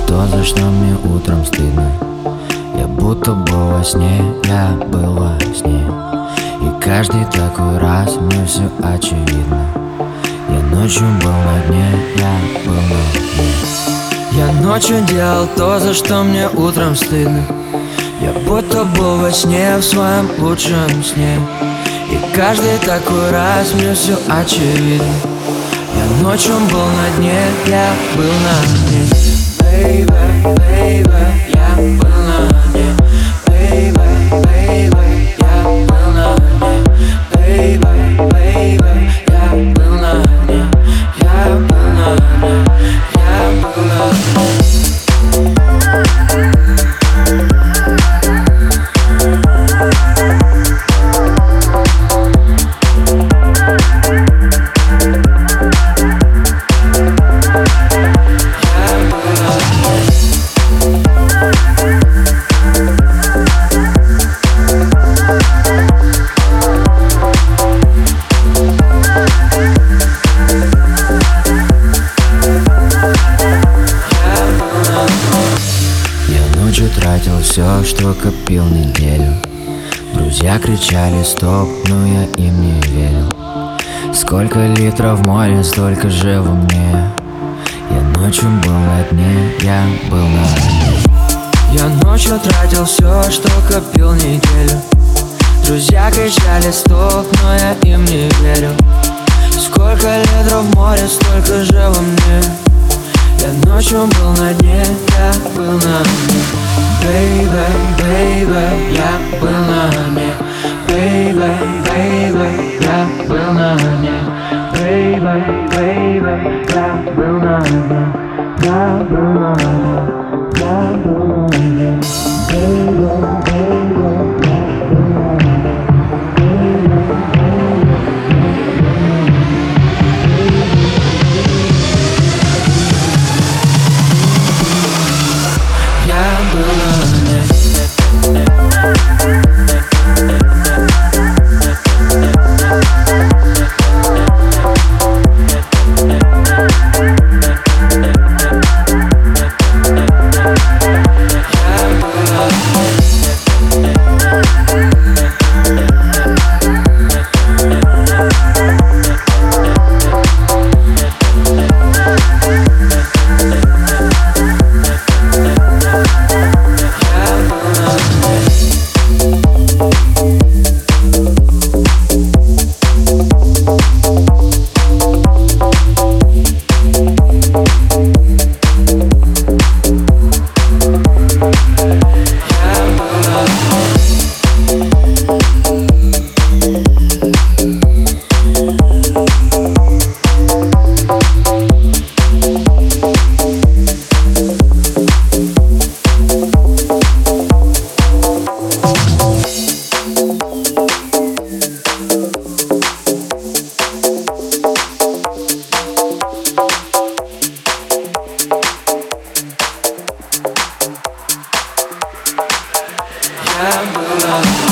то, за что мне утром стыдно. Я будто был во сне, я был во сне. И каждый такой раз мне все очевидно. Я ночью был на дне, я был на дне. Я ночью делал то, за что мне утром стыдно. Я будто был во сне, в своем лучшем сне. И каждый такой раз мне все очевидно. Я ночью был на дне, я был на дне. Baby, baby, я был на дне. Baby, baby, я был на дне. Baby, baby, я был на дне. Я был на дне, я был на дне. Тратил все, что копил неделю. Друзья кричали стоп, но я им не верил. Сколько литров в море, столько же во мне. Я ночью был на дне, я был на дне. Я ночью тратил все, что копил неделю. Друзья кричали стоп, но я им не верил. Сколько литров в море, столько же во мне. Я ночью был на дне, я был на дне. Baby, baby, я был на дне. Baby, baby, я был на дне. Baby, baby, я был на дне. Я был на дне, я был на дне. Baby, baby, я был на дне. I'm